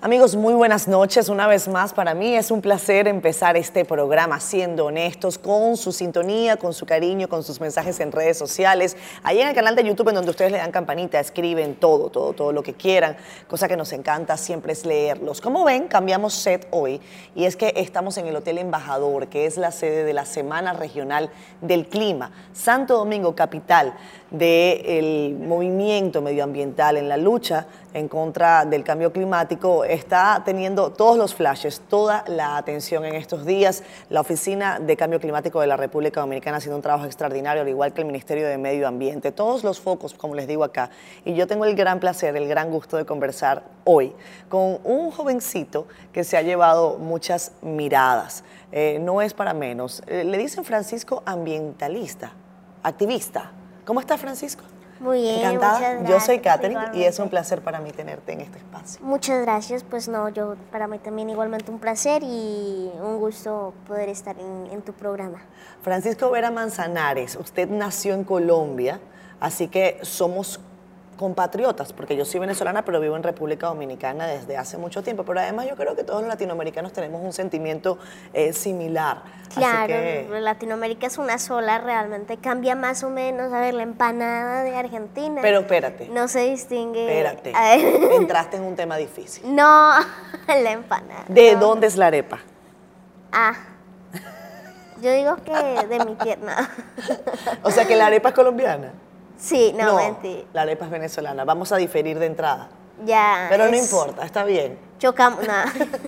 Amigos, muy buenas noches. Una vez más, para mí es un placer empezar este programa siendo honestos, con su sintonía, con su cariño, con sus mensajes en redes sociales, ahí en el canal de YouTube en donde ustedes le dan campanita, escriben todo lo que quieran, cosa que nos encanta siempre es leerlos. Como ven, cambiamos set hoy y es que estamos en el Hotel Embajador, que es la sede de la Semana Regional del Clima, Santo Domingo, capital del movimiento medioambiental en la lucha en contra del cambio climático. Está teniendo todos los flashes, toda la atención en estos días. La Oficina de Cambio Climático de la República Dominicana haciendo un trabajo extraordinario, al igual que el Ministerio de Medio Ambiente. Todos los focos, como les digo acá. Y yo tengo el gran placer, el gran gusto de conversar hoy con un jovencito que se ha llevado muchas miradas. No es para menos. Le dicen Francisco ambientalista, activista. ¿Cómo está, Francisco? Muy bien, encantada. Muchas gracias. Yo soy Catherine Igualmente. Y es un placer para mí tenerte en este espacio. Muchas gracias, pues no, para mí también igualmente un placer y un gusto poder estar en tu programa. Francisco Vera Manzanares, usted nació en Colombia, así que somos compatriotas, porque yo soy venezolana, pero vivo en República Dominicana desde hace mucho tiempo, pero además yo creo que todos los latinoamericanos tenemos un sentimiento similar. Claro, así que... Latinoamérica es una sola, realmente cambia más o menos, a ver, la empanada de Argentina. Pero espérate. No se distingue. Espérate, entraste en un tema difícil. No, la empanada. ¿De no. dónde es la arepa? Yo digo que de mi tierra. O sea que la arepa es colombiana. Sí, no, mentira. La arepa es venezolana. Vamos a diferir de entrada. Ya. Pero no importa, está bien. Chocamos, nada.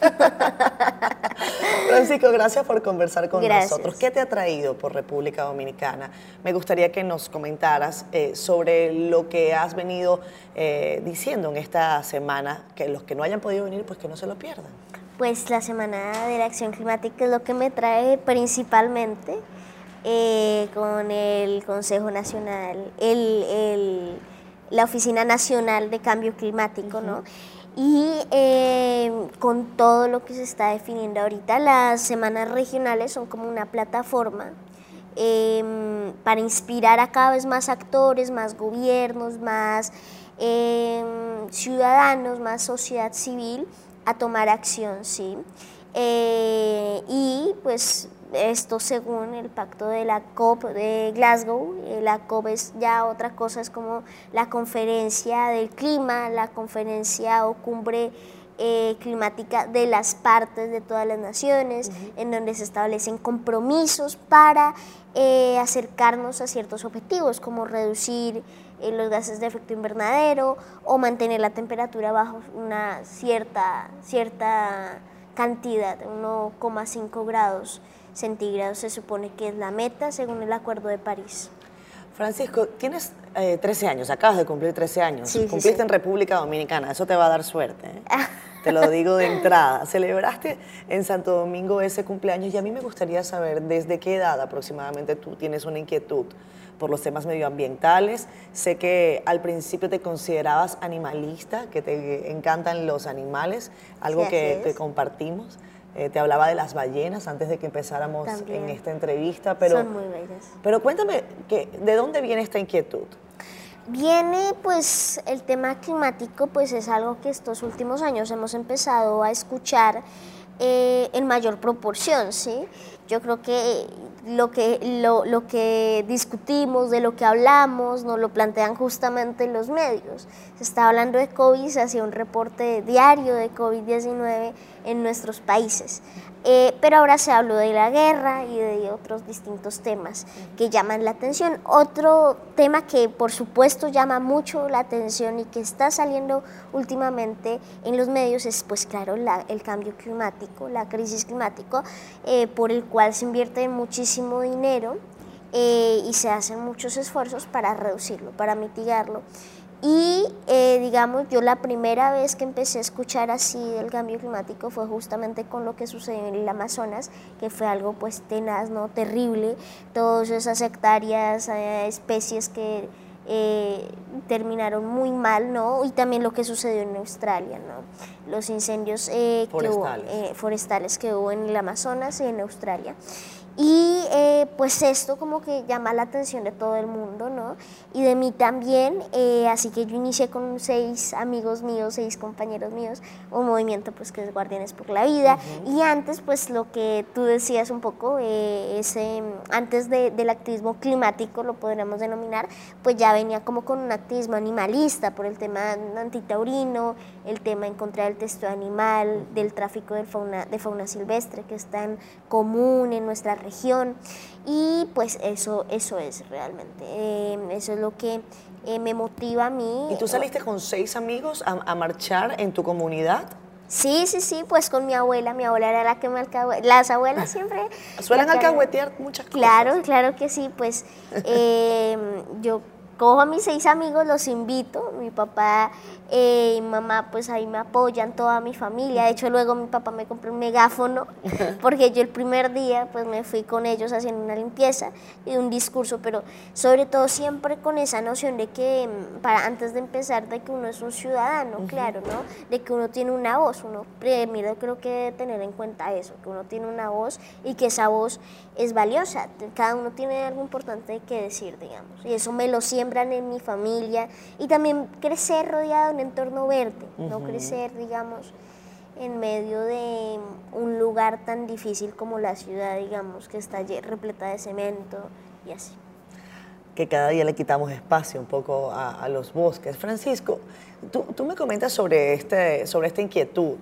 Francisco, gracias por conversar con Gracias. nosotros. ¿Qué te ha traído por República Dominicana? Me gustaría que nos comentaras sobre lo que has venido diciendo en esta semana, que los que no hayan podido venir, pues que no se lo pierdan. Pues la Semana de la Acción Climática es lo que me trae principalmente con el Consejo Nacional, la Oficina Nacional de Cambio Climático, ¿no? Y con todo lo que se está definiendo ahorita, las semanas regionales son como una plataforma para inspirar a cada vez más actores, más gobiernos, más ciudadanos, más sociedad civil a tomar acción, ¿sí? Y pues esto según el pacto de la COP de Glasgow. La COP es ya otra cosa, es como la conferencia del clima, la conferencia o cumbre climática de las partes de todas las naciones, en donde se establecen compromisos para acercarnos a ciertos objetivos, como reducir los gases de efecto invernadero o mantener la temperatura bajo una cierta cantidad, 1,5 grados centígrados se supone que es la meta según el Acuerdo de París. Francisco, tienes 13 años, acabas de cumplir 13 años, Sí, cumpliste sí. en República Dominicana, eso te va a dar suerte, ¿eh? Te lo digo de entrada. Celebraste en Santo Domingo ese cumpleaños y a mí me gustaría saber desde qué edad aproximadamente tú tienes una inquietud por los temas medioambientales. Sé que al principio te considerabas animalista, que te encantan los animales, algo Sí, que es. compartimos. Te hablaba de las ballenas antes de que empezáramos También. en esta entrevista, pero, Son muy bellas. pero cuéntame, ¿de dónde viene esta inquietud? Viene, pues, el tema climático, pues es algo que estos últimos años hemos empezado a escuchar en mayor proporción, ¿sí? Yo creo que lo que discutimos, de lo que hablamos, nos lo plantean justamente los medios. Se está hablando de COVID, se hacía un reporte diario de COVID-19 en nuestros países. Pero ahora se habló de la guerra y de otros distintos temas que llaman la atención. Otro tema que por supuesto llama mucho la atención y que está saliendo últimamente en los medios es, pues claro, el cambio climático, la crisis climática, por el cual se invierte muchísimo dinero y se hacen muchos esfuerzos para reducirlo, para mitigarlo. Y digamos, yo la primera vez que empecé a escuchar así del cambio climático fue justamente con lo que sucedió en el Amazonas, que fue algo pues tenaz, ¿no? Terrible, todas esas hectáreas, especies que terminaron muy mal, ¿no? Y también lo que sucedió en Australia, ¿no? Los incendios forestales que hubo en el Amazonas y en Australia. Y pues esto como que llama la atención de todo el mundo, ¿no? Y de mí también, así que yo inicié con 6 amigos míos, 6 compañeros míos, un movimiento pues que es Guardianes por la Vida. Y antes pues lo que tú decías un poco, antes del activismo climático, lo podríamos denominar, pues ya venía como con un activismo animalista por el tema antitaurino, el tema en contra del testeo animal, del tráfico de fauna silvestre que es tan común en nuestra región. Y pues eso es realmente, eso es lo que me motiva a mí. ¿Y tú saliste con 6 amigos a marchar en tu comunidad? Sí, pues con mi abuela era la que me alcahueteaba. Las abuelas siempre... Suelen alcahuetear muchas cosas. Claro que sí, pues yo cojo a mis 6 amigos, los invito, mi papá y mamá pues ahí me apoyan, toda mi familia. De hecho luego mi papá me compró un megáfono porque yo el primer día pues me fui con ellos haciendo una limpieza y un discurso, pero sobre todo siempre con esa noción de que antes de empezar, de que uno es un ciudadano, claro, ¿no? De que uno tiene una voz. Uno primero creo que debe tener en cuenta eso, que uno tiene una voz y que esa voz es valiosa. Cada uno tiene algo importante que decir, digamos, y eso me lo siembran en mi familia. Y también crecer rodeado de un entorno verde, no crecer, digamos, en medio de un lugar tan difícil como la ciudad, digamos, que está repleta de cemento y así. Que cada día le quitamos espacio un poco a los bosques. Francisco, tú me comentas sobre esta inquietud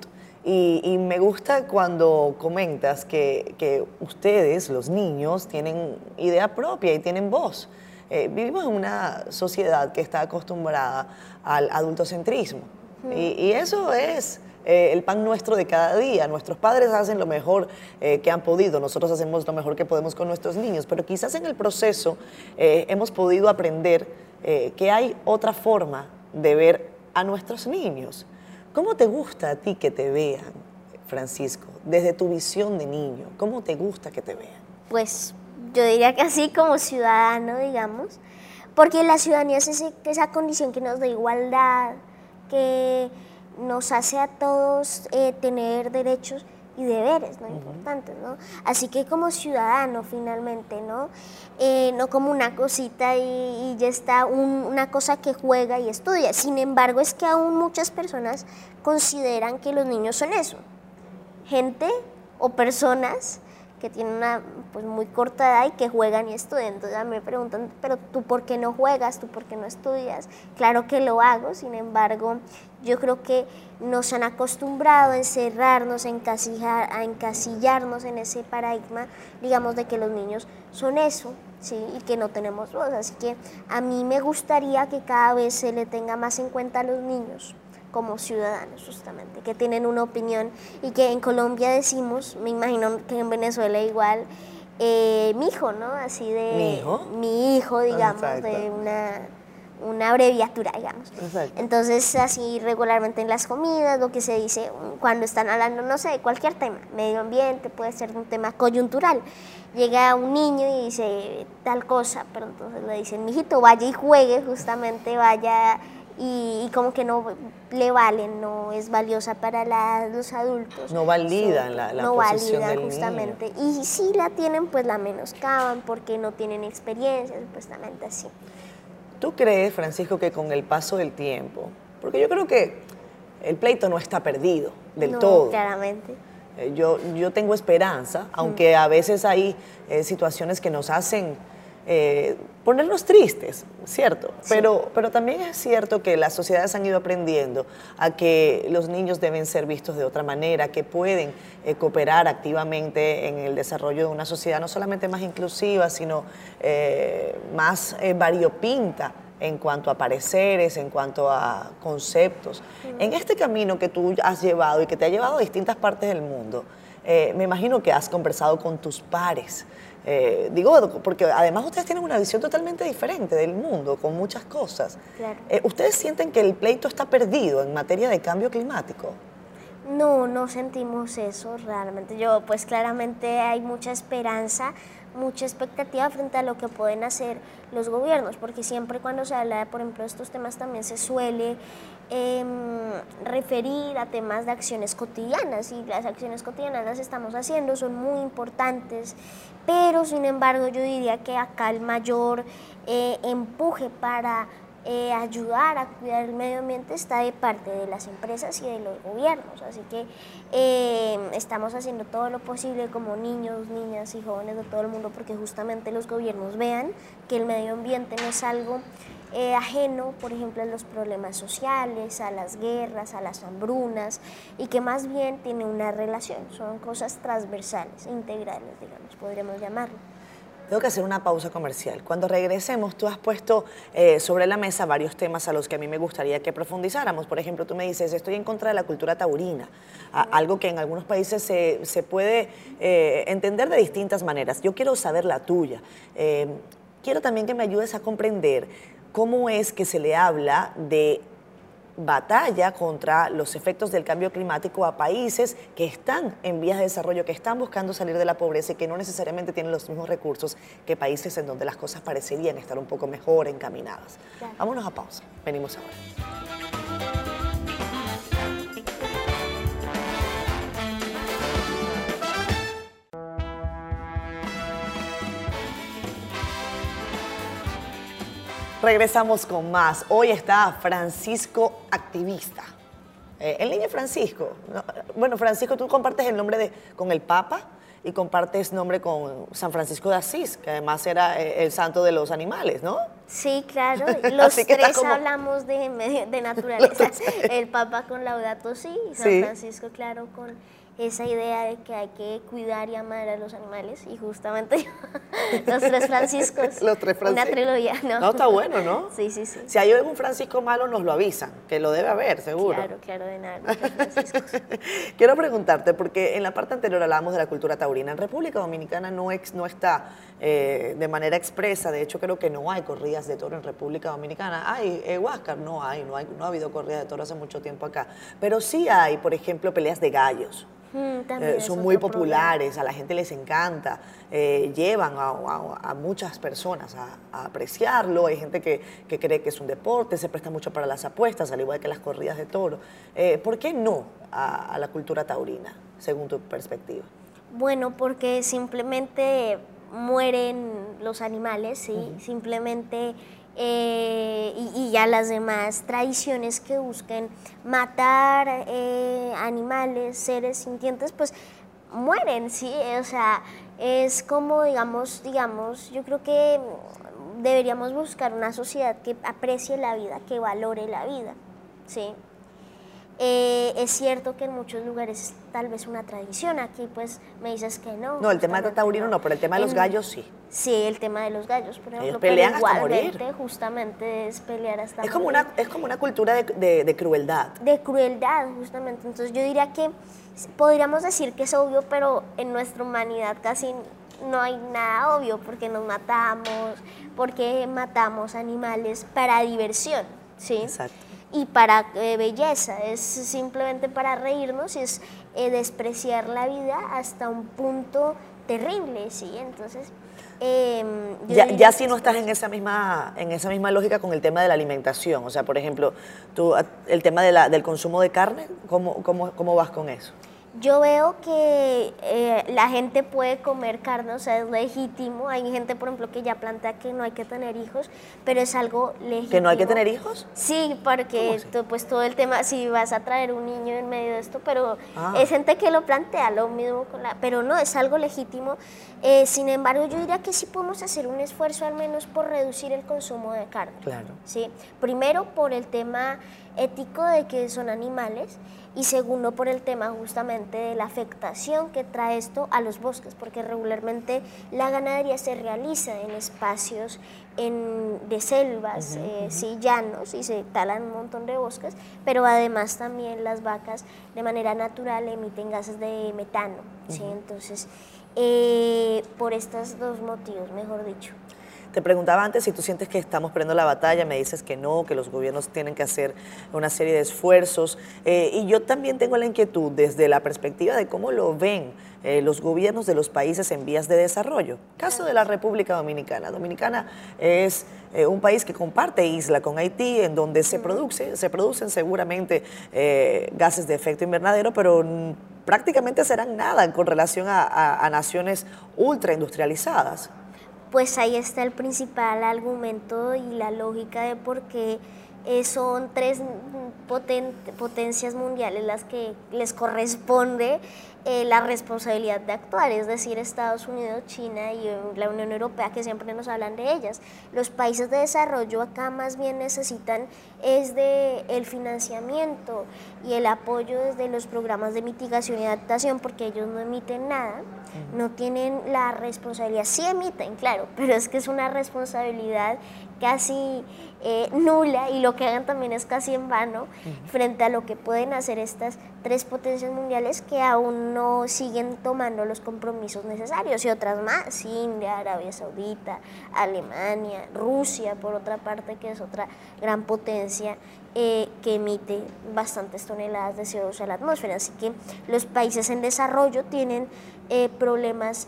y me gusta cuando comentas que ustedes, los niños, tienen idea propia y tienen voz. Vivimos en una sociedad que está acostumbrada al adultocentrismo y eso es el pan nuestro de cada día. Nuestros padres hacen lo mejor que han podido, nosotros hacemos lo mejor que podemos con nuestros niños, pero quizás en el proceso hemos podido aprender que hay otra forma de ver a nuestros niños. ¿Cómo te gusta a ti que te vean, Francisco, desde tu visión de niño? ¿Cómo te gusta que te vean? Pues yo diría que así como ciudadano, digamos, porque la ciudadanía es esa condición que nos da igualdad, que nos hace a todos tener derechos y deberes, ¿no? Importantes, ¿no? Así que como ciudadano finalmente, ¿no? No como una cosita y ya está, una cosa que juega y estudia. Sin embargo, es que aún muchas personas consideran que los niños son eso, gente o personas que tienen una pues muy corta edad y que juegan y estudian. Entonces a mí me preguntan, pero ¿tú por qué no juegas? ¿Tú por qué no estudias? Claro que lo hago, sin embargo, yo creo que nos han acostumbrado a encerrarnos, a encasillarnos en ese paradigma, digamos, de que los niños son eso, ¿sí? Y que no tenemos voz. Así que a mí me gustaría que cada vez se le tenga más en cuenta a los niños como ciudadanos, justamente, que tienen una opinión y que en Colombia decimos, me imagino que en Venezuela igual, mi hijo, ¿no? Así de... ¿Mi hijo? Mi hijo, digamos, exacto, de una abreviatura, digamos. Exacto. Entonces, así regularmente en las comidas, lo que se dice cuando están hablando, no sé, de cualquier tema, medio ambiente, puede ser un tema coyuntural. Llega un niño y dice tal cosa, pero entonces le dicen, mijito, vaya y juegue, justamente, vaya... Y como que no le valen, no es valiosa para los adultos. No validan la no posición validan del justamente. niño. Y si la tienen, pues la menoscaban porque no tienen experiencia, supuestamente así. ¿Tú crees, Francisco, que con el paso del tiempo, porque yo creo que el pleito no está perdido del todo? Claramente. Yo tengo esperanza, aunque a veces hay situaciones que nos hacen ponernos tristes, ¿cierto? Sí. Pero también es cierto que las sociedades han ido aprendiendo a que los niños deben ser vistos de otra manera, que pueden cooperar activamente en el desarrollo de una sociedad no solamente más inclusiva, sino más variopinta en cuanto a pareceres, en cuanto a conceptos. En este camino que tú has llevado y que te ha llevado a distintas partes del mundo, me imagino que has conversado con tus pares. Digo, porque además ustedes tienen una visión totalmente diferente del mundo, con muchas cosas. Claro. ¿Ustedes sienten que el pleito está perdido en materia de cambio climático? No sentimos eso realmente. Pues claramente hay mucha esperanza, mucha expectativa frente a lo que pueden hacer los gobiernos, porque siempre cuando se habla, por ejemplo, de estos temas también se suele referir a temas de acciones cotidianas, y las acciones cotidianas las estamos haciendo, son muy importantes, pero sin embargo yo diría que acá el mayor empuje para ayudar a cuidar el medio ambiente está de parte de las empresas y de los gobiernos, así que estamos haciendo todo lo posible como niños, niñas y jóvenes de todo el mundo, porque justamente los gobiernos vean que el medio ambiente no es algo ajeno, por ejemplo, a los problemas sociales, a las guerras, a las hambrunas, y que más bien tiene una relación, son cosas transversales, integrales, digamos, podríamos llamarlo. Tengo que hacer una pausa comercial. Cuando regresemos, tú has puesto sobre la mesa varios temas a los que a mí me gustaría que profundizáramos. Por ejemplo, tú me dices, estoy en contra de la cultura taurina, algo que en algunos países se puede entender de distintas maneras. Yo quiero saber la tuya. Quiero también que me ayudes a comprender cómo es que se le habla de batalla contra los efectos del cambio climático a países que están en vías de desarrollo, que están buscando salir de la pobreza y que no necesariamente tienen los mismos recursos que países en donde las cosas parecerían estar un poco mejor encaminadas. Claro. Vámonos a pausa. Venimos ahora. Regresamos con más. Hoy está Francisco Activista. En línea Francisco. Bueno, Francisco, tú compartes el nombre con el Papa y compartes nombre con San Francisco de Asís, que además era el santo de los animales, ¿no? Sí, claro. Los tres hablamos de naturaleza. El Papa con Laudato Si y San Francisco, claro, con esa idea de que hay que cuidar y amar a los animales, y justamente los tres Franciscos, los tres Franciscos. Una trilogía, ¿no? No, está bueno, ¿no? Sí, sí, sí. Si hay algún Francisco malo, nos lo avisan, que lo debe haber, seguro. Claro, claro, de nada, muchos Franciscos. Quiero preguntarte, porque en la parte anterior hablábamos de la cultura taurina. En República Dominicana no está de manera expresa, de hecho creo que no hay corridas de toro en República Dominicana. Hay, Huáscar, no ha habido corridas de toro hace mucho tiempo acá, pero sí hay, por ejemplo, peleas de gallos. Son muy populares, a la gente les encanta, llevan a muchas personas a apreciarlo. Hay gente que cree que es un deporte, se presta mucho para las apuestas, al igual que las corridas de toro. ¿Por qué no a la cultura taurina, según tu perspectiva? Bueno, porque simplemente mueren los animales, ¿sí? Simplemente y ya las demás tradiciones que busquen matar animales, seres sintientes, pues mueren, ¿sí? O sea, es como, digamos, yo creo que deberíamos buscar una sociedad que aprecie la vida, que valore la vida, ¿sí? Es cierto que en muchos lugares es tal vez una tradición, aquí pues me dices que no. No, el tema de taurino no, pero el tema de los gallos sí. Sí, el tema de los gallos, por ejemplo. Ellos pelean pero hasta morir. Justamente es pelear hasta morir. Es como una cultura de crueldad. De crueldad, justamente. Entonces yo diría que podríamos decir que es obvio, pero en nuestra humanidad casi no hay nada obvio, porque nos matamos, porque matamos animales para diversión, ¿sí? Exacto. Y para belleza, es simplemente para reírnos, y es despreciar la vida hasta un punto terrible, ¿sí? Entonces, ya si no estás en esa misma lógica con el tema de la alimentación, o sea, por ejemplo, el tema del consumo de carne, ¿cómo vas con eso? Yo veo que la gente puede comer carne, o sea, es legítimo. Hay gente, por ejemplo, que ya plantea que no hay que tener hijos, pero es algo legítimo. ¿Que no hay que tener hijos? Sí, porque pues todo el tema, si vas a traer un niño en medio de esto, pero es gente que lo plantea lo mismo, pero no, es algo legítimo. Sin embargo, yo diría que sí podemos hacer un esfuerzo al menos por reducir el consumo de carne. Claro. ¿Sí? Primero, por el tema ético de que son animales, y segundo, por el tema justamente de la afectación que trae esto a los bosques, porque regularmente la ganadería se realiza en espacios de selvas, sí, llanos, y se talan un montón de bosques, pero además también las vacas de manera natural emiten gases de metano, ¿sí? Entonces, por estos dos motivos, mejor dicho. Te preguntaba antes si tú sientes que estamos perdiendo la batalla, me dices que no, que los gobiernos tienen que hacer una serie de esfuerzos, y yo también tengo la inquietud desde la perspectiva de cómo lo ven los gobiernos de los países en vías de desarrollo. Caso de la República Dominicana. Dominicana es un país que comparte isla con Haití, en donde se producen seguramente gases de efecto invernadero, pero prácticamente serán nada con relación a naciones ultraindustrializadas. Pues ahí está el principal argumento y la lógica de por qué son tres potencias mundiales las que les corresponde la responsabilidad de actuar, es decir, Estados Unidos, China y la Unión Europea, que siempre nos hablan de ellas. Los países de desarrollo acá más bien necesitan es de el financiamiento y el apoyo desde los programas de mitigación y adaptación, porque ellos no emiten nada, no tienen la responsabilidad, sí emiten, claro, pero es que es una responsabilidad casi nula, y lo que hagan también es casi en vano frente a lo que pueden hacer estas tres potencias mundiales que aún no siguen tomando los compromisos necesarios, y otras más, India, Arabia Saudita, Alemania, Rusia, por otra parte, que es otra gran potencia que emite bastantes toneladas de CO2 a la atmósfera. Así que los países en desarrollo tienen problemas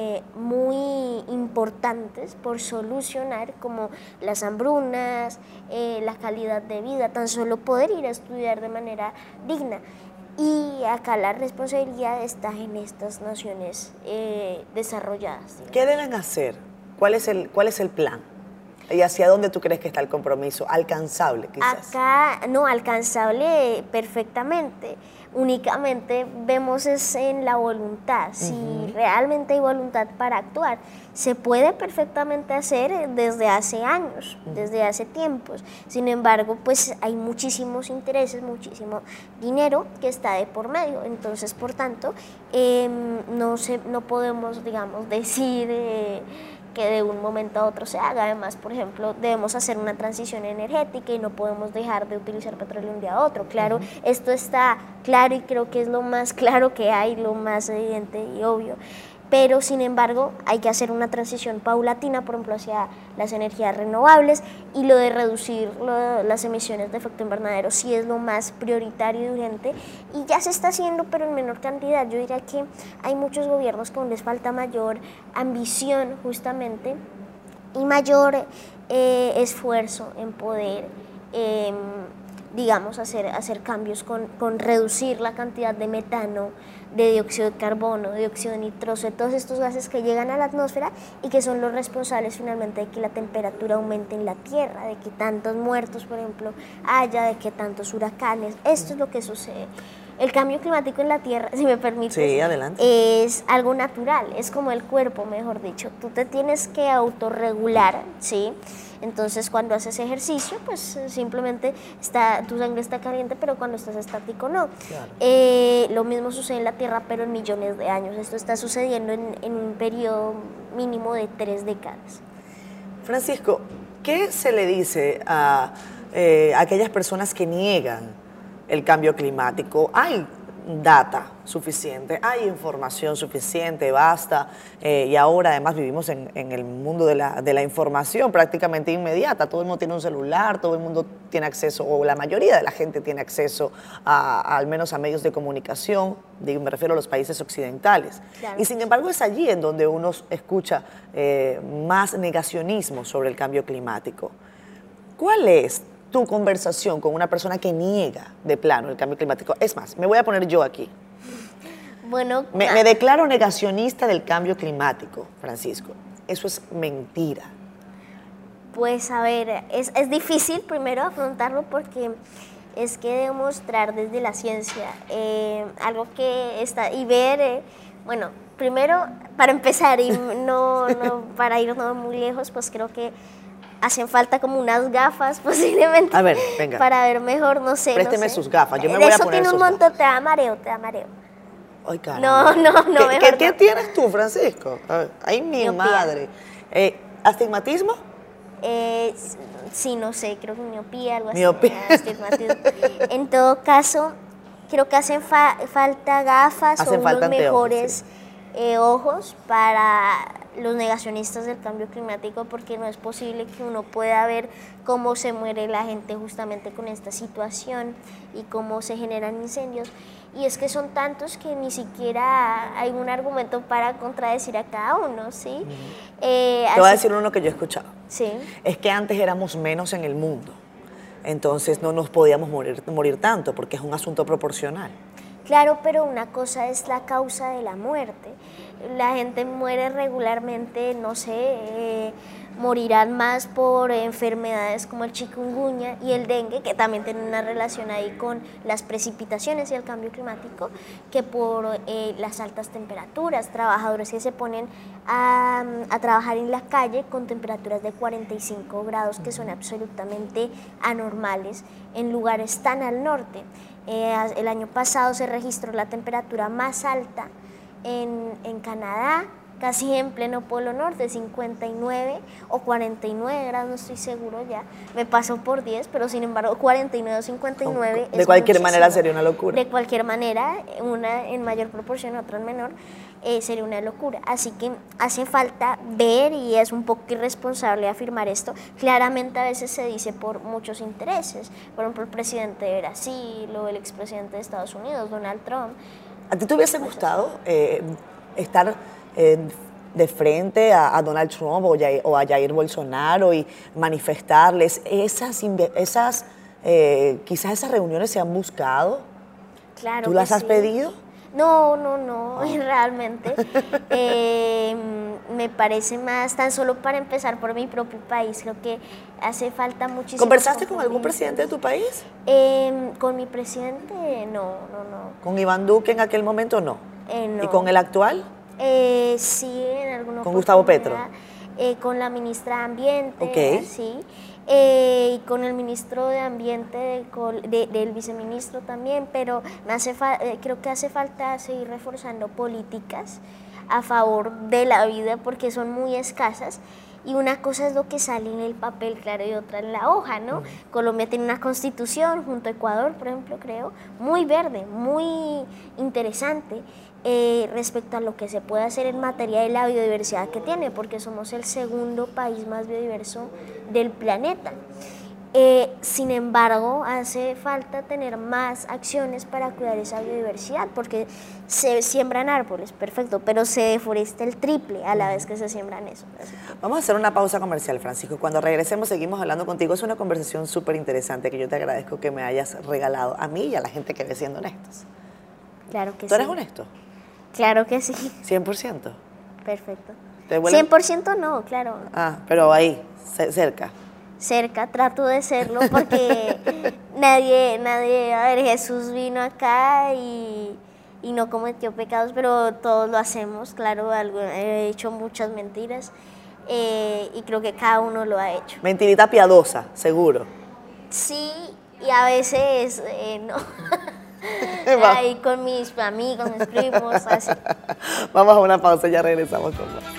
muy importantes por solucionar, como las hambrunas, la calidad de vida, tan solo poder ir a estudiar de manera digna. Y acá la responsabilidad está en estas naciones desarrolladas, digamos. ¿Qué deben hacer? ¿Cuál es el plan? ¿Y hacia dónde tú crees que está el compromiso? ¿Alcanzable, quizás? Acá, no, alcanzable perfectamente. Únicamente vemos es en la voluntad, si realmente hay voluntad para actuar. Se puede perfectamente hacer desde hace años, desde hace tiempos. Sin embargo, pues hay muchísimos intereses, muchísimo dinero que está de por medio. Entonces, por tanto, no podemos, digamos, decir que de un momento a otro se haga. Además, por ejemplo, debemos hacer una transición energética y no podemos dejar de utilizar petróleo de un día a otro. Claro, esto está claro y creo que es lo más claro que hay, lo más evidente y obvio. Pero, sin embargo, hay que hacer una transición paulatina, por ejemplo, hacia las energías renovables, y lo de reducir las emisiones de efecto invernadero sí es lo más prioritario y urgente, y ya se está haciendo, pero en menor cantidad. Yo diría que hay muchos gobiernos que aún les falta mayor ambición, justamente, y mayor esfuerzo en poder digamos, hacer cambios con reducir la cantidad de metano, de dióxido de carbono, de dióxido de nitroso, de todos estos gases que llegan a la atmósfera y que son los responsables finalmente de que la temperatura aumente en la Tierra, de que tantos muertos, por ejemplo, haya, de que tantos huracanes. Esto es lo que sucede. El cambio climático en la Tierra, si me permites, sí, adelante, es algo natural, es como el cuerpo, mejor dicho. Tú te tienes que autorregular, ¿sí? Entonces, cuando haces ejercicio, pues simplemente tu sangre está caliente, pero cuando estás estático no. Claro. Lo mismo sucede en la Tierra, pero en millones de años. Esto está sucediendo en un periodo mínimo de 3 décadas. Francisco, ¿qué se le dice a aquellas personas que niegan el cambio climático? ¿Hay data suficiente? ¿Hay información suficiente? ¿Basta? Y ahora además vivimos en el mundo de la información prácticamente inmediata. Todo el mundo tiene un celular, todo el mundo tiene acceso, o la mayoría de la gente tiene acceso al menos a medios de comunicación, me refiero a los países occidentales. Claro. Y sin embargo es allí en donde uno escucha más negacionismo sobre el cambio climático. ¿Cuál es tu conversación con una persona que niega de plano el cambio climático? Es más, me voy a poner yo aquí. Bueno, me declaro negacionista del cambio climático, Francisco. Eso es mentira. Pues a ver, es difícil primero afrontarlo, porque es que demostrar desde la ciencia algo que está y ver, bueno, primero para empezar y no para irnos muy lejos, pues creo que hacen falta como unas gafas posiblemente. A ver, venga. Para ver mejor, no sé. Présteme sus gafas, yo me voy voy a eso poner tiene un sus montón, gafas. te da mareo, te da mareo. Ay, caramba. No, ¿Qué tienes tú, Francisco? Ay, mi miopía. madre. ¿Astigmatismo? Sí, no sé, creo que miopía, algo así. Miopía. Astigmatismo. En todo caso, creo que hacen falta gafas o unos mejores ojos para los negacionistas del cambio climático, porque no es posible que uno pueda ver cómo se muere la gente justamente con esta situación y cómo se generan incendios y es que son tantos que ni siquiera hay un argumento para contradecir a cada uno, ¿sí? Te voy a decir uno que yo he escuchado. Sí. Es que antes éramos menos en el mundo, entonces no nos podíamos morir tanto, porque es un asunto proporcional. Claro, pero una cosa es la causa de la muerte. La gente muere regularmente, no sé, morirán más por enfermedades como el chikungunya y el dengue, que también tienen una relación ahí con las precipitaciones y el cambio climático, que por las altas temperaturas. Trabajadores que se ponen a trabajar en la calle con temperaturas de 45 grados, que son absolutamente anormales en lugares tan al norte. El año pasado se registró la temperatura más alta en Canadá, casi en pleno Polo Norte, 59 o 49 grados, no estoy seguro ya, me pasó por 10, pero sin embargo 49 o 59 de cualquier manera sería una locura. De cualquier manera, una en mayor proporción, otra en menor, sería una locura. Así que hace falta ver, y es un poco irresponsable afirmar esto, claramente a veces se dice por muchos intereses, por ejemplo el presidente de Brasil o el expresidente de Estados Unidos, Donald Trump. ¿A ti te hubiese gustado estar de frente a Donald Trump o a Jair Bolsonaro y manifestarles quizás esas reuniones se han buscado? Claro. ¿Tú las has pedido? No, realmente. Me parece más, tan solo para empezar por mi propio país, creo que hace falta muchísimo. ¿Conversaste con algún presidente de tu país? Con mi presidente, no. ¿Con Iván Duque en aquel momento no? No. ¿Y con el actual? Sí, en alguna ¿Con Gustavo Petro? Con la ministra de Ambiente, okay. Sí. Y con el ministro de Ambiente, del viceministro también, pero creo que hace falta seguir reforzando políticas a favor de la vida porque son muy escasas. Y una cosa es lo que sale en el papel, claro, y otra en la hoja, ¿no? Colombia tiene una constitución, junto a Ecuador, por ejemplo, creo, muy verde, muy interesante respecto a lo que se puede hacer en materia de la biodiversidad que tiene, porque somos el segundo país más biodiverso del planeta. Sin embargo, hace falta tener más acciones para cuidar esa biodiversidad, porque se siembran árboles, perfecto, pero se deforesta el triple a la vez que se siembran eso. Vamos a hacer una pausa comercial, Francisco. Cuando regresemos seguimos hablando contigo. Es una conversación súper interesante que yo te agradezco que me hayas regalado a mí y a la gente que ve Siendo Honestos. Claro que sí. ¿Tú eres honesto? Claro que sí. ¿100%? Perfecto. ¿Te vuelve? 100% no, claro. Ah, pero ahí, cerca. Cerca, trato de serlo porque nadie, a ver, Jesús vino acá y no cometió pecados, pero todos lo hacemos, claro, he hecho muchas mentiras y creo que cada uno lo ha hecho. Mentirita piadosa, seguro. Sí, y a veces no. Ahí con mis amigos, mis primos, así. Vamos a una pausa, ya regresamos con más.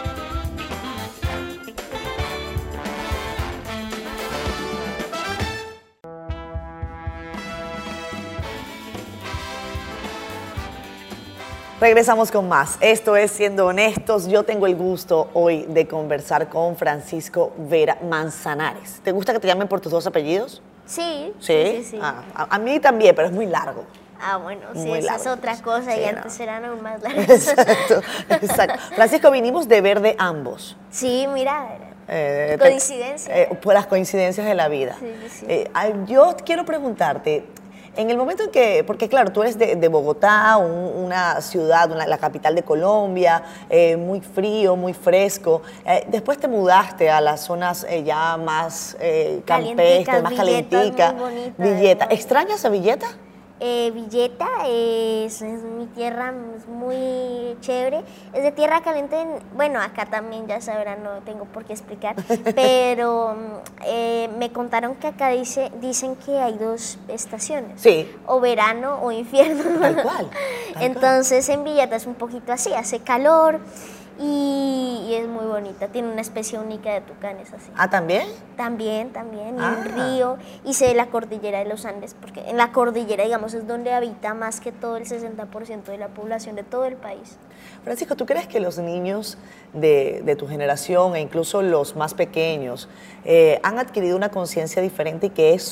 Regresamos con más. Esto es Siendo Honestos. Yo tengo el gusto hoy de conversar con Francisco Vera Manzanares. ¿Te gusta que te llamen por tus dos apellidos? Sí. ¿Sí? Sí. A mí también, pero es muy largo. Ah, bueno, sí, muy esa largo. es otra cosa, Sí, y no. antes eran aún más largas. Exacto. Francisco, vinimos de verde ambos. Sí, mira, coincidencia. Por las coincidencias de la vida. Sí. Yo quiero preguntarte, en el momento en que, porque claro, tú eres de Bogotá, una ciudad, la capital de Colombia, muy frío, muy fresco. Después te mudaste a las zonas ya más campestres, más calienticas. Villeta. ¿Extrañas a Villeta? Villeta es mi tierra, es muy chévere. Es de tierra caliente, bueno, acá también ya sabrán, no tengo por qué explicar, pero me contaron que acá dicen que hay dos estaciones, sí. O verano o invierno. Tal cual. Entonces en Villeta es un poquito así, hace calor y es muy bonita, tiene una especie única de tucanes así. ¿Ah, también? También, y un río, y se ve la cordillera de los Andes, porque en la cordillera, digamos, es donde habita más que todo el 60% de la población de todo el país. Francisco, ¿tú crees que los niños de tu generación e incluso los más pequeños han adquirido una conciencia diferente y que eso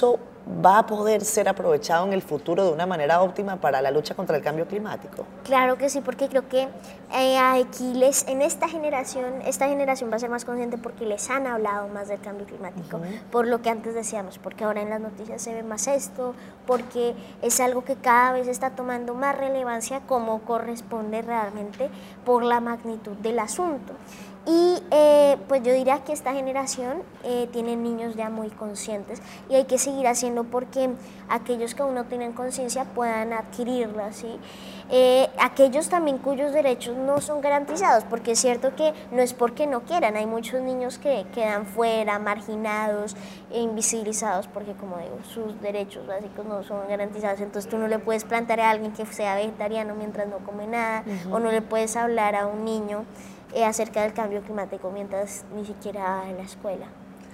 va a poder ser aprovechado en el futuro de una manera óptima para la lucha contra el cambio climático? Claro que sí, porque creo que aquí en esta generación va a ser más consciente porque les han hablado más del cambio climático, por lo que antes decíamos, porque ahora en las noticias se ve más esto, porque es algo que cada vez está tomando más relevancia como corresponde realmente por la magnitud del asunto. Y pues yo diría que esta generación tiene niños ya muy conscientes y hay que seguir haciendo porque aquellos que aún no tienen conciencia puedan adquirirla, ¿sí? Aquellos también cuyos derechos no son garantizados, porque es cierto que no es porque no quieran, hay muchos niños que quedan fuera, marginados e invisibilizados porque, como digo, sus derechos básicos no son garantizados, entonces tú no le puedes plantear a alguien que sea vegetariano mientras no come nada, o no le puedes hablar a un niño acerca del cambio climático mientras ni siquiera va en la escuela.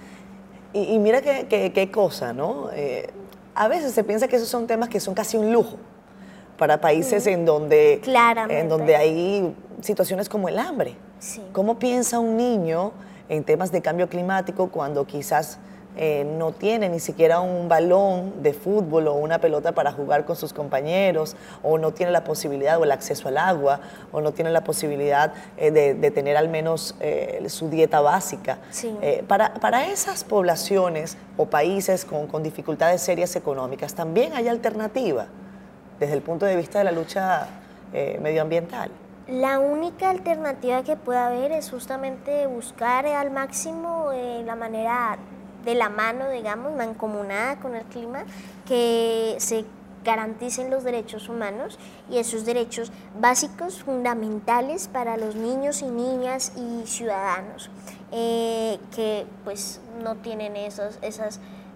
Y mira qué cosa, ¿no? A veces se piensa que esos son temas que son casi un lujo para países en donde hay situaciones como el hambre. Sí. ¿Cómo piensa un niño en temas de cambio climático cuando quizás no tiene ni siquiera un balón de fútbol o una pelota para jugar con sus compañeros, o no tiene la posibilidad o el acceso al agua, o no tiene la posibilidad de tener al menos su dieta básica? Sí. Para esas poblaciones o países con dificultades serias económicas, ¿también hay alternativa desde el punto de vista de la lucha medioambiental? La única alternativa que puede haber es justamente buscar al máximo la manera de la mano, digamos, mancomunada con el clima, que se garanticen los derechos humanos y esos derechos básicos fundamentales para los niños y niñas y ciudadanos que pues no tienen esas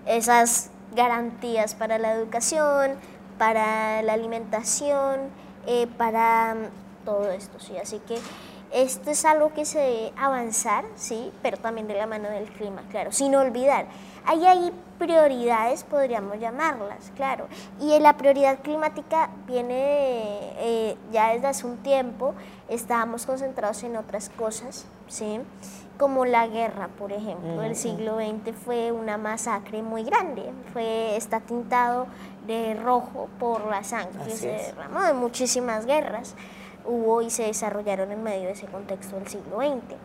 garantías para la educación, para la alimentación, para todo esto, ¿sí? Así que esto es algo que se debe avanzar, sí, pero también de la mano del clima, claro, sin olvidar. Ahí hay prioridades, podríamos llamarlas, claro, y la prioridad climática viene ya desde hace un tiempo. Estábamos concentrados en otras cosas, sí, como la guerra, por ejemplo. El siglo XX fue una masacre muy grande, está tintado de rojo por la sangre que se derramó de muchísimas guerras. Hubo y se desarrollaron en medio de ese contexto del siglo XX.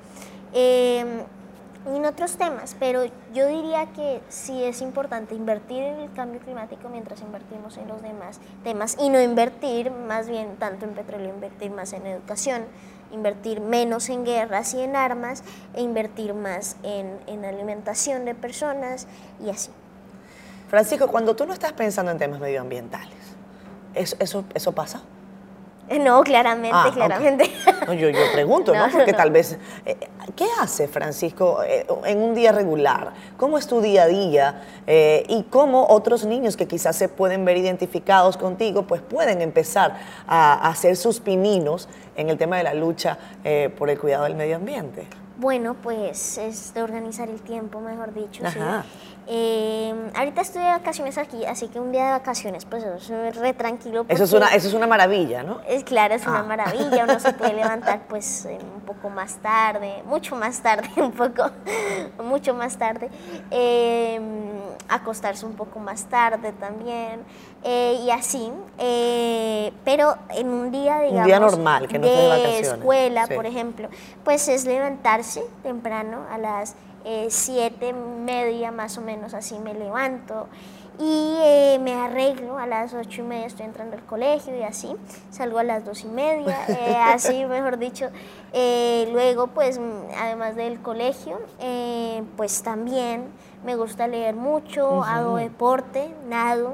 Y en otros temas, pero yo diría que sí es importante invertir en el cambio climático mientras invertimos en los demás temas y no invertir más bien tanto en petróleo, invertir más en educación, invertir menos en guerras y en armas e invertir más en alimentación de personas y así. Francisco, cuando tú no estás pensando en temas medioambientales, ¿eso pasa? No, claramente, claramente. Okay. No, yo pregunto, ¿no? Porque tal vez, ¿qué hace Francisco en un día regular? ¿Cómo es tu día a día? Y cómo otros niños que quizás se pueden ver identificados contigo, pues pueden empezar a hacer sus pininos en el tema de la lucha por el cuidado del medio ambiente. Bueno, pues es de organizar el tiempo, mejor dicho. Ajá. Sí. Ahorita estoy de vacaciones aquí, así que un día de vacaciones, pues es re tranquilo. Eso es una maravilla, ¿no? Claro, es una maravilla. Uno se puede levantar pues un poco más tarde, mucho más tarde, mucho más tarde. Acostarse un poco más tarde también, y así. Pero en un día, digamos, un día normal, que no estés de vacaciones. Escuela, sí, por ejemplo, pues es levantarse temprano a las 7:30 más o menos, así me levanto y me arreglo a las 8:30, estoy entrando al colegio y así, salgo a las 2:30, así mejor dicho. Luego pues además del colegio, pues también me gusta leer mucho, hago deporte, nado.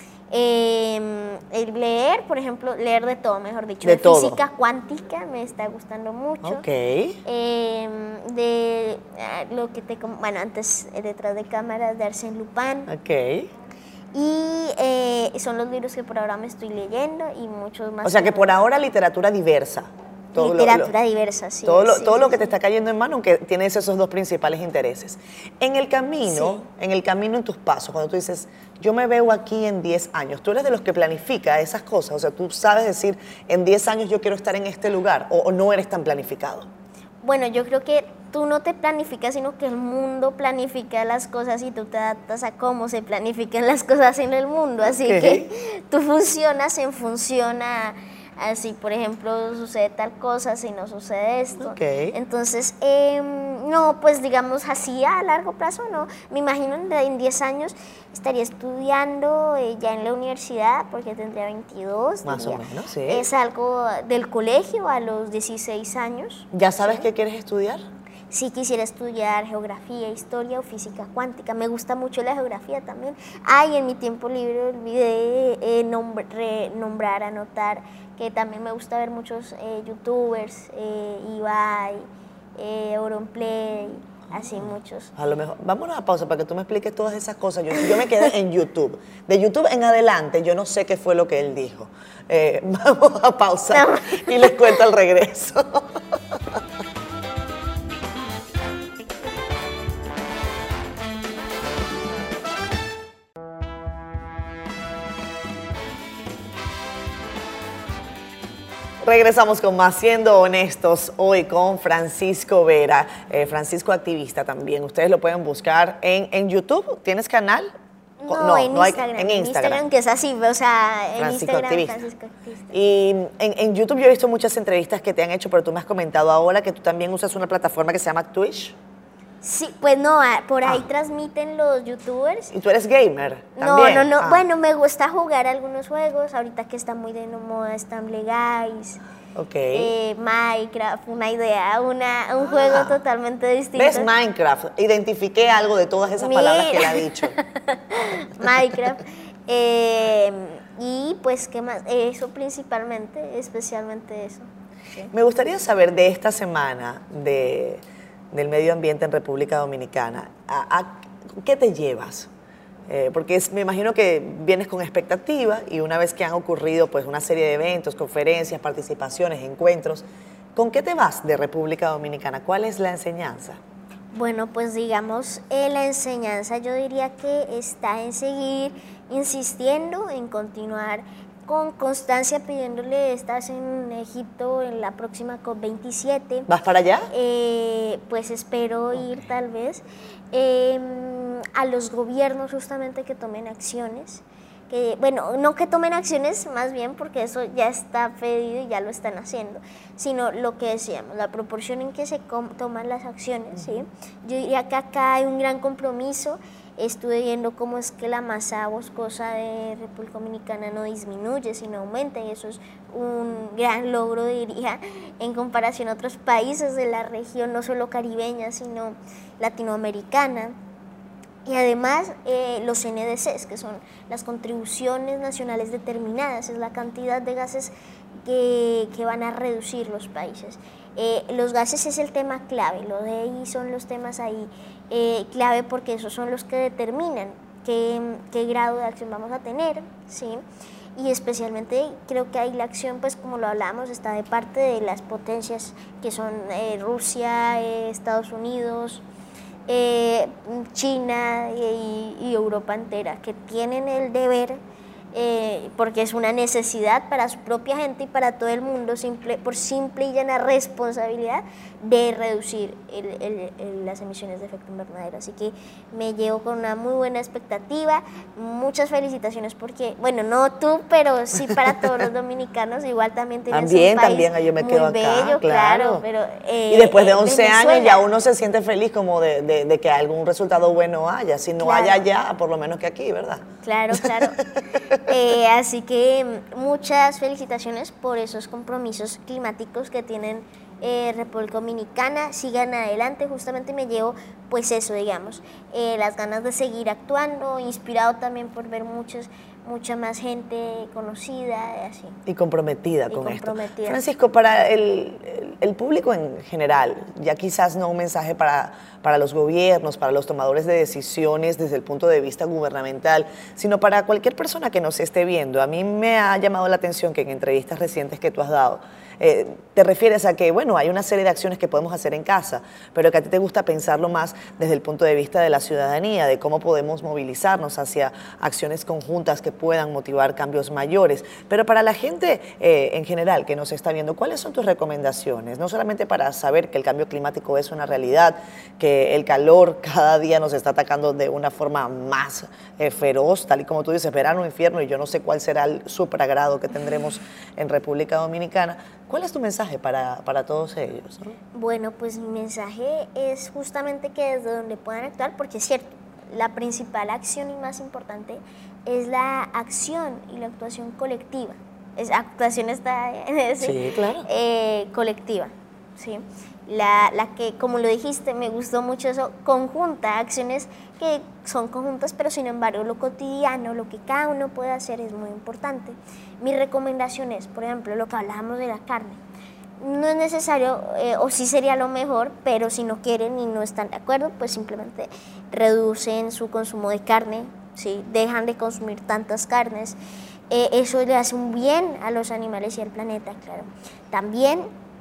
Leer, por ejemplo, leer de todo, mejor dicho. De física cuántica me está gustando mucho. Ok. De lo que bueno, antes detrás de cámaras de Arsène Lupin. Ok. Y son los libros que por ahora me estoy leyendo y muchos más. O sea que por ahora literatura diversa. Literatura diversa, sí. Todo lo que te está cayendo en mano, aunque tienes esos dos principales intereses. En el camino, en tus pasos, cuando tú dices, yo me veo aquí en 10 años, ¿tú eres de los que planifica esas cosas? O sea, ¿tú sabes decir, en 10 años yo quiero estar en este lugar? ¿O no eres tan planificado? Bueno, yo creo que tú no te planificas, sino que el mundo planifica las cosas y tú te adaptas a cómo se planifican las cosas en el mundo. Así que tú funcionas en función a, así, por ejemplo, sucede tal cosa, si no sucede esto. Entonces, no, pues digamos así a largo plazo, no. Me imagino en 10 años estaría estudiando ya en la universidad, porque tendría 22. Más o menos, sí. Es algo del colegio a los 16 años. ¿Ya sabes qué quieres estudiar? Sí, quisiera estudiar geografía, historia o física cuántica. Me gusta mucho la geografía también. Ay, en mi tiempo libre olvidé nombrar, anotar, que también me gusta ver muchos youtubers, Ibai, Auronplay, así muchos. A lo mejor, vámonos a pausa para que tú me expliques todas esas cosas. Yo me quedé en YouTube. De YouTube en adelante, yo no sé qué fue lo que él dijo. Vamos a pausa y les cuento al regreso. Regresamos con más Siendo Honestos, hoy con Francisco Vera, Francisco activista también. Ustedes lo pueden buscar en YouTube. ¿Tienes canal? No, en Instagram. En Instagram, que es así, o sea, en Francisco Instagram, activista. Francisco activista. Y en YouTube yo he visto muchas entrevistas que te han hecho, pero tú me has comentado ahora que tú también usas una plataforma que se llama Twitch. Sí, pues no, por ahí transmiten los youtubers. ¿Y tú eres gamer también? No. Bueno, me gusta jugar algunos juegos. Ahorita que está muy de moda, Stumble Guys, Minecraft, una idea, un juego totalmente distinto. ¿Ves? Minecraft. Identifiqué algo de todas esas palabras que él ha dicho. Minecraft. Y pues, ¿qué más? Eso principalmente, especialmente eso. ¿Sí? Me gustaría saber de esta semana del medio ambiente en República Dominicana, ¿qué te llevas? Porque me imagino que vienes con expectativa y una vez que han ocurrido pues una serie de eventos, conferencias, participaciones, encuentros, ¿con qué te vas de República Dominicana? ¿Cuál es la enseñanza? Bueno, pues digamos, la enseñanza yo diría que está en seguir insistiendo, en continuar con constancia pidiéndole, estás en Egipto en la próxima COP27. ¿Vas para allá? Pues espero ir tal vez. A los gobiernos justamente que tomen acciones. Bueno, no que tomen acciones más bien porque eso ya está pedido y ya lo están haciendo, sino lo que decíamos, la proporción en que se toman las acciones, ¿sí? Yo diría que acá hay un gran compromiso. Estuve viendo cómo es que la masa boscosa de República Dominicana no disminuye, sino aumenta, y eso es un gran logro, diría, en comparación a otros países de la región, no solo caribeña, sino latinoamericana. Y además los NDCs, que son las contribuciones nacionales determinadas, es la cantidad de gases que van a reducir los países. Los gases es el tema clave, lo de ahí son los temas ahí clave, porque esos son los que determinan qué grado de acción vamos a tener, ¿sí? Y especialmente creo que ahí la acción, pues como lo hablamos, está de parte de las potencias que son Rusia, Estados Unidos, China y Europa entera, que tienen el deber, porque es una necesidad para su propia gente y para todo el mundo, por simple y llana responsabilidad de reducir las emisiones de efecto invernadero. Así que me llevo con una muy buena expectativa, muchas felicitaciones porque, bueno, no tú, pero sí para todos los dominicanos, igual también tienes un país yo me quedo muy acá, bello, claro. Pero, y después de 11 Venezuela, años ya uno se siente feliz como de que algún resultado bueno haya, si no haya allá, por lo menos que aquí, ¿verdad? Claro. Así que muchas felicitaciones por esos compromisos climáticos que tienen República Dominicana. Sigan adelante, justamente me llevo pues eso, digamos, las ganas de seguir actuando, inspirado también por ver mucha más gente conocida, así. Y comprometida con esto. Comprometida. Francisco, para el público en general, ya quizás no un mensaje para los gobiernos, para los tomadores de decisiones desde el punto de vista gubernamental, sino para cualquier persona que nos esté viendo. A mí me ha llamado la atención que en entrevistas recientes que tú has dado, te refieres a que, bueno, hay una serie de acciones que podemos hacer en casa, pero que a ti te gusta pensarlo más desde el punto de vista de la ciudadanía, de cómo podemos movilizarnos hacia acciones conjuntas que puedan motivar cambios mayores. Pero para la gente en general que nos está viendo, ¿cuáles son tus recomendaciones? No solamente para saber que el cambio climático es una realidad, que el calor cada día nos está atacando de una forma más feroz, tal y como tú dices, verano, infierno, y yo no sé cuál será el superagrado que tendremos en República Dominicana. ¿Cuál es tu mensaje para todos ellos, ¿no? Bueno, pues mi mensaje es justamente que desde donde puedan actuar, porque es cierto, la principal acción y más importante es la acción y la actuación colectiva. Actuación está en ese, sí, claro. Colectiva, ¿sí? La que, como lo dijiste, me gustó mucho eso, conjunta, acciones que son conjuntas, pero sin embargo lo cotidiano, lo que cada uno puede hacer es muy importante. Mi recomendación es, por ejemplo, lo que hablábamos de la carne. No es necesario, o sí sería lo mejor, pero si no quieren y no están de acuerdo, pues simplemente reducen su consumo de carne, ¿sí? Dejan de consumir tantas carnes. Eso le hace un bien a los animales y al planeta, claro. También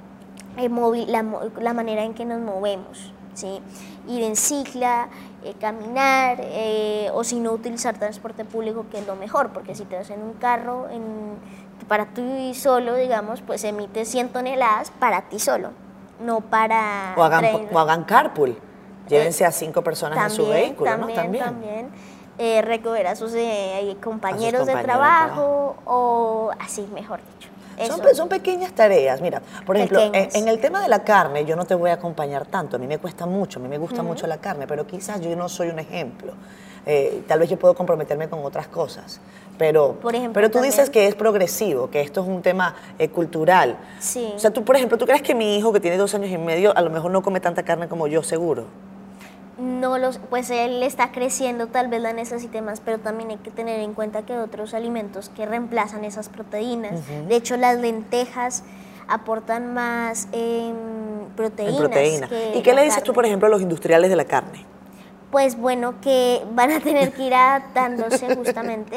la manera en que nos movemos, ¿sí? Ir en cicla, caminar, o si no utilizar transporte público, que es lo mejor, porque si te vas en un carro, para ti solo, digamos, pues emite 100 toneladas para ti solo, no para... O hagan carpool, llévense a 5 personas también, en su vehículo, también, ¿no? También. Recoger a sus compañeros de trabajo, o así, mejor dicho. Son pequeñas tareas. Mira, por ejemplo, en el tema de la carne, yo no te voy a acompañar tanto. A mí me cuesta mucho, a mí me gusta mucho la carne, pero quizás yo no soy un ejemplo. Tal vez yo puedo comprometerme con otras cosas. Pero tú dices que es progresivo, que esto es un tema cultural. Sí. O sea, tú, por ejemplo, ¿tú crees que mi hijo, que tiene 2 años y medio, a lo mejor no come tanta carne como yo, seguro? No pues él está creciendo, tal vez la necesite más, pero también hay que tener en cuenta que hay otros alimentos que reemplazan esas proteínas. De hecho, las lentejas aportan más proteínas. ¿Y qué le dices tú, por ejemplo, a los industriales de la carne? Pues bueno, que van a tener que ir adaptándose justamente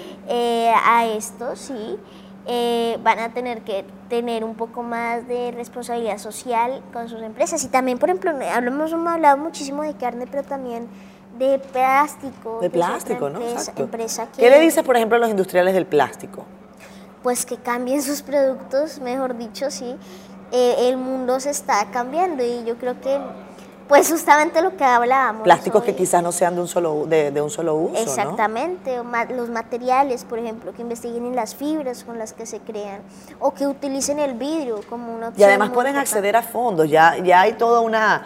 a esto, sí. Van a tener que tener un poco más de responsabilidad social con sus empresas. Y también, por ejemplo, hemos hablado muchísimo de carne, pero también de plástico. De plástico, ¿no? Exacto. Que, ¿qué le dices, por ejemplo, a los industriales del plástico? Pues que cambien sus productos, mejor dicho, sí. El mundo se está cambiando y yo creo que, pues justamente lo que hablábamos. Plásticos hoy, que quizás no sean de un solo uso. Exactamente, ¿no? Los materiales, por ejemplo, que investiguen en las fibras con las que se crean, o que utilicen el vidrio como una opción. Y además pueden acceder a fondos, ya hay toda una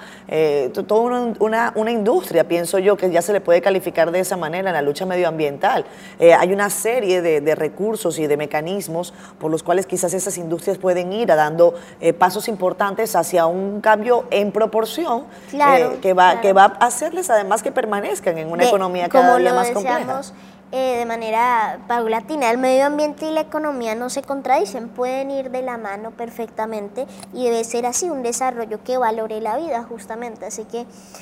industria, pienso yo, que ya se le puede calificar de esa manera en la lucha medioambiental. Hay una serie de recursos y de mecanismos por los cuales quizás esas industrias pueden ir dando pasos importantes hacia un cambio en proporción. Claro, que va a hacerles además que permanezcan en una economía cada día más compleja. Como lo decíamos de manera paulatina, el medio ambiente y la economía no se contradicen, pueden ir de la mano perfectamente y debe ser así, un desarrollo que valore la vida justamente. Así que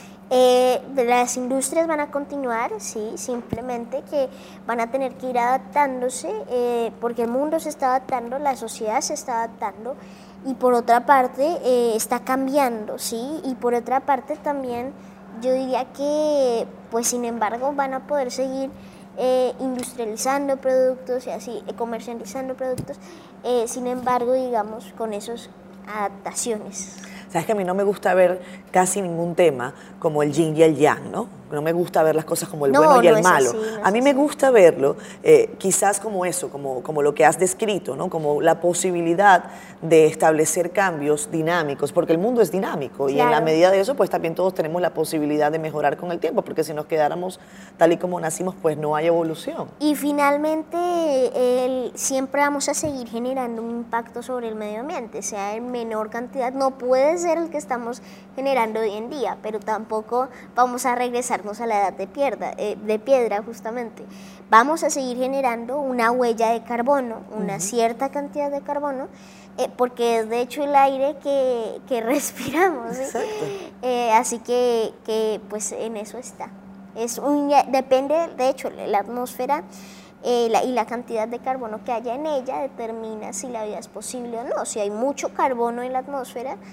las industrias van a continuar, sí, simplemente que van a tener que ir adaptándose, porque el mundo se está adaptando, la sociedad se está adaptando. Y por otra parte está cambiando, ¿sí? Y por otra parte también yo diría que, pues sin embargo, van a poder seguir industrializando productos y así, comercializando productos, sin embargo, digamos, con esas adaptaciones. Sabes que a mí no me gusta ver casi ningún tema como el yin y el yang, ¿no? No me gusta ver las cosas como el bueno y el malo. A mí me gusta verlo quizás como eso, como lo que has descrito, ¿no? Como la posibilidad de establecer cambios dinámicos, porque el mundo es dinámico. Claro. Y en la medida de eso, pues también todos tenemos la posibilidad de mejorar con el tiempo, porque si nos quedáramos tal y como nacimos, pues no hay evolución. Y finalmente, siempre vamos a seguir generando un impacto sobre el medio ambiente, sea en menor cantidad, no puede ser el que estamos generando hoy en día, pero tampoco vamos a regresarnos a la edad de piedra justamente. Vamos a seguir generando una huella de carbono, una cierta cantidad de carbono, porque es de hecho el aire que respiramos, ¿sí? Exacto. Así que pues en eso está. Depende, de hecho, la atmósfera y la cantidad de carbono que haya en ella determina si la vida es posible o no. Si hay mucho carbono en la atmósfera,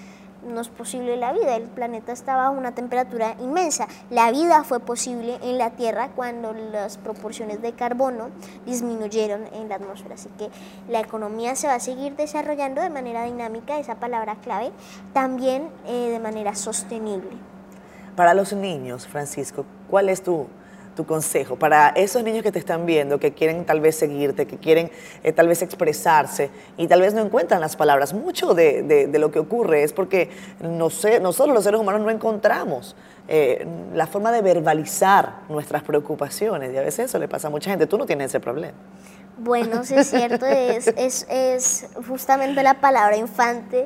no es posible la vida. El planeta estaba a una temperatura inmensa. La vida fue posible en la Tierra cuando las proporciones de carbono disminuyeron en la atmósfera. Así que la economía se va a seguir desarrollando de manera dinámica, esa palabra clave, también de manera sostenible. Para los niños, Francisco, ¿cuál es tu consejo? Para esos niños que te están viendo, que quieren tal vez seguirte, que quieren tal vez expresarse y tal vez no encuentran las palabras. Mucho de lo que ocurre es porque nosotros los seres humanos no encontramos la forma de verbalizar nuestras preocupaciones y a veces eso le pasa a mucha gente. Tú no tienes ese problema. Bueno, sí es cierto, es justamente la palabra infante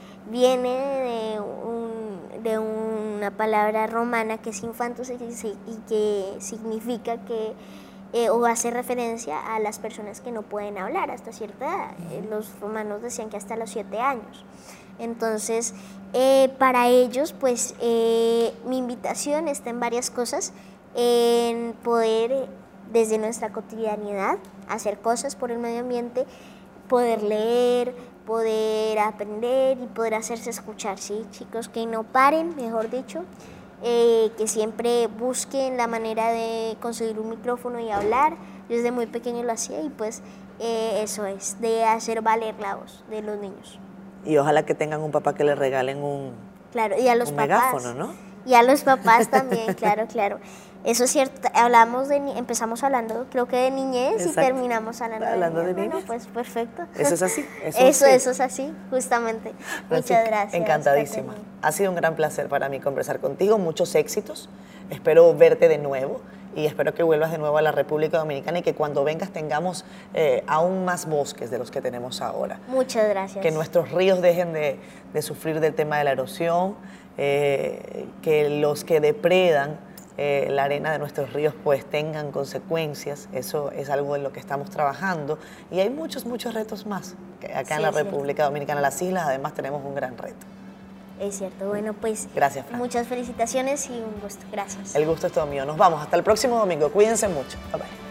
viene de una palabra romana que es infantus y que significa que o hace referencia a las personas que no pueden hablar hasta cierta edad. Los romanos decían que hasta los 7 años. Entonces, para ellos, pues, mi invitación está en varias cosas, en poder, desde nuestra cotidianidad, hacer cosas por el medio ambiente, poder leer, poder aprender y poder hacerse escuchar, ¿sí? Chicos, que no paren, mejor dicho, que siempre busquen la manera de conseguir un micrófono y hablar. Yo desde muy pequeño lo hacía y pues eso es, de hacer valer la voz de los niños. Y ojalá que tengan un papá que les regalen claro, y a los un papás, megáfono, ¿no? Y a los papás también, claro, claro. Eso es cierto, empezamos hablando, creo que de niñez. Exacto. Y terminamos hablando de niñez. Bueno, pues perfecto. Eso es así. Eso es así, justamente. Francisco, muchas gracias. Encantadísima. Ha sido un gran placer para mí conversar contigo, muchos éxitos. Espero verte de nuevo y espero que vuelvas de nuevo a la República Dominicana y que cuando vengas tengamos aún más bosques de los que tenemos ahora. Muchas gracias. Que nuestros ríos dejen de sufrir del tema de la erosión, que los que depredan la arena de nuestros ríos pues tengan consecuencias. Eso es algo en lo que estamos trabajando y hay muchos retos más acá en la República Dominicana. Las islas además tenemos un gran reto. Es cierto. Bueno, pues gracias, Fran. Muchas felicitaciones y un gusto. Gracias. El gusto es todo mío. Nos vamos hasta el próximo domingo. Cuídense mucho. Bye bye.